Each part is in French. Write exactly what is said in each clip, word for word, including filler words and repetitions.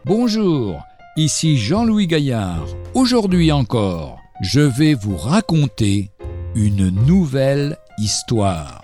Bonjour, ici Jean-Louis Gaillard. Aujourd'hui encore, je vais vous raconter une nouvelle histoire.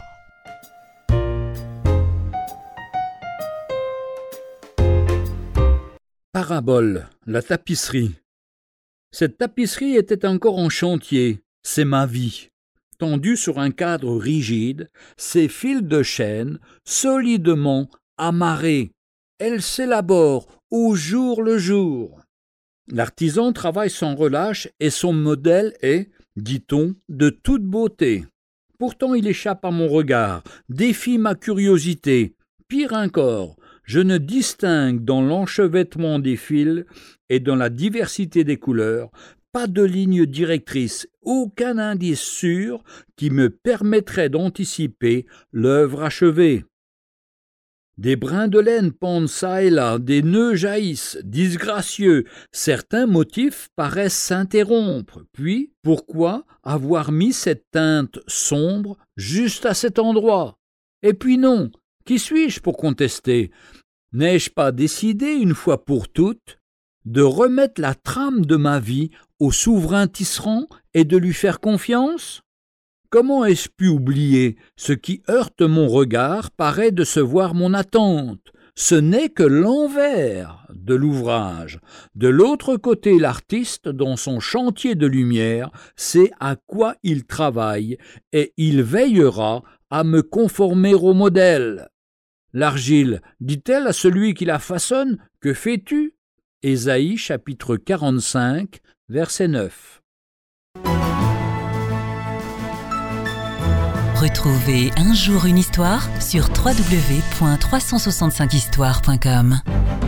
Parabole, la tapisserie. Cette tapisserie était encore en chantier, c'est ma vie. Tendue sur un cadre rigide, ses fils de chêne solidement amarrés. Elle s'élabore au jour le jour. L'artisan travaille sans relâche et son modèle est, dit-on, de toute beauté. Pourtant il échappe à mon regard, défie ma curiosité. Pire encore, je ne distingue dans l'enchevêtrement des fils et dans la diversité des couleurs pas de ligne directrice, aucun indice sûr qui me permettrait d'anticiper l'œuvre achevée. Des brins de laine pendent çà et là, des nœuds jaillissent, disgracieux, certains motifs paraissent s'interrompre. Puis, pourquoi avoir mis cette teinte sombre juste à cet endroit? Et puis non, qui suis-je pour contester? N'ai-je pas décidé une fois pour toutes de remettre la trame de ma vie au souverain tisserand et de lui faire confiance? Comment ai-je pu oublier? Ce qui heurte mon regard paraît décevoir mon attente. Ce n'est que l'envers de l'ouvrage. De l'autre côté, l'artiste, dans son chantier de lumière, sait à quoi il travaille et il veillera à me conformer au modèle. L'argile, dit-elle à celui qui la façonne, « Que fais-tu » Ésaïe chapitre quarante-cinq, verset neuf. Retrouvez Un jour une histoire sur w w w point trois cent soixante-cinq histoire point com.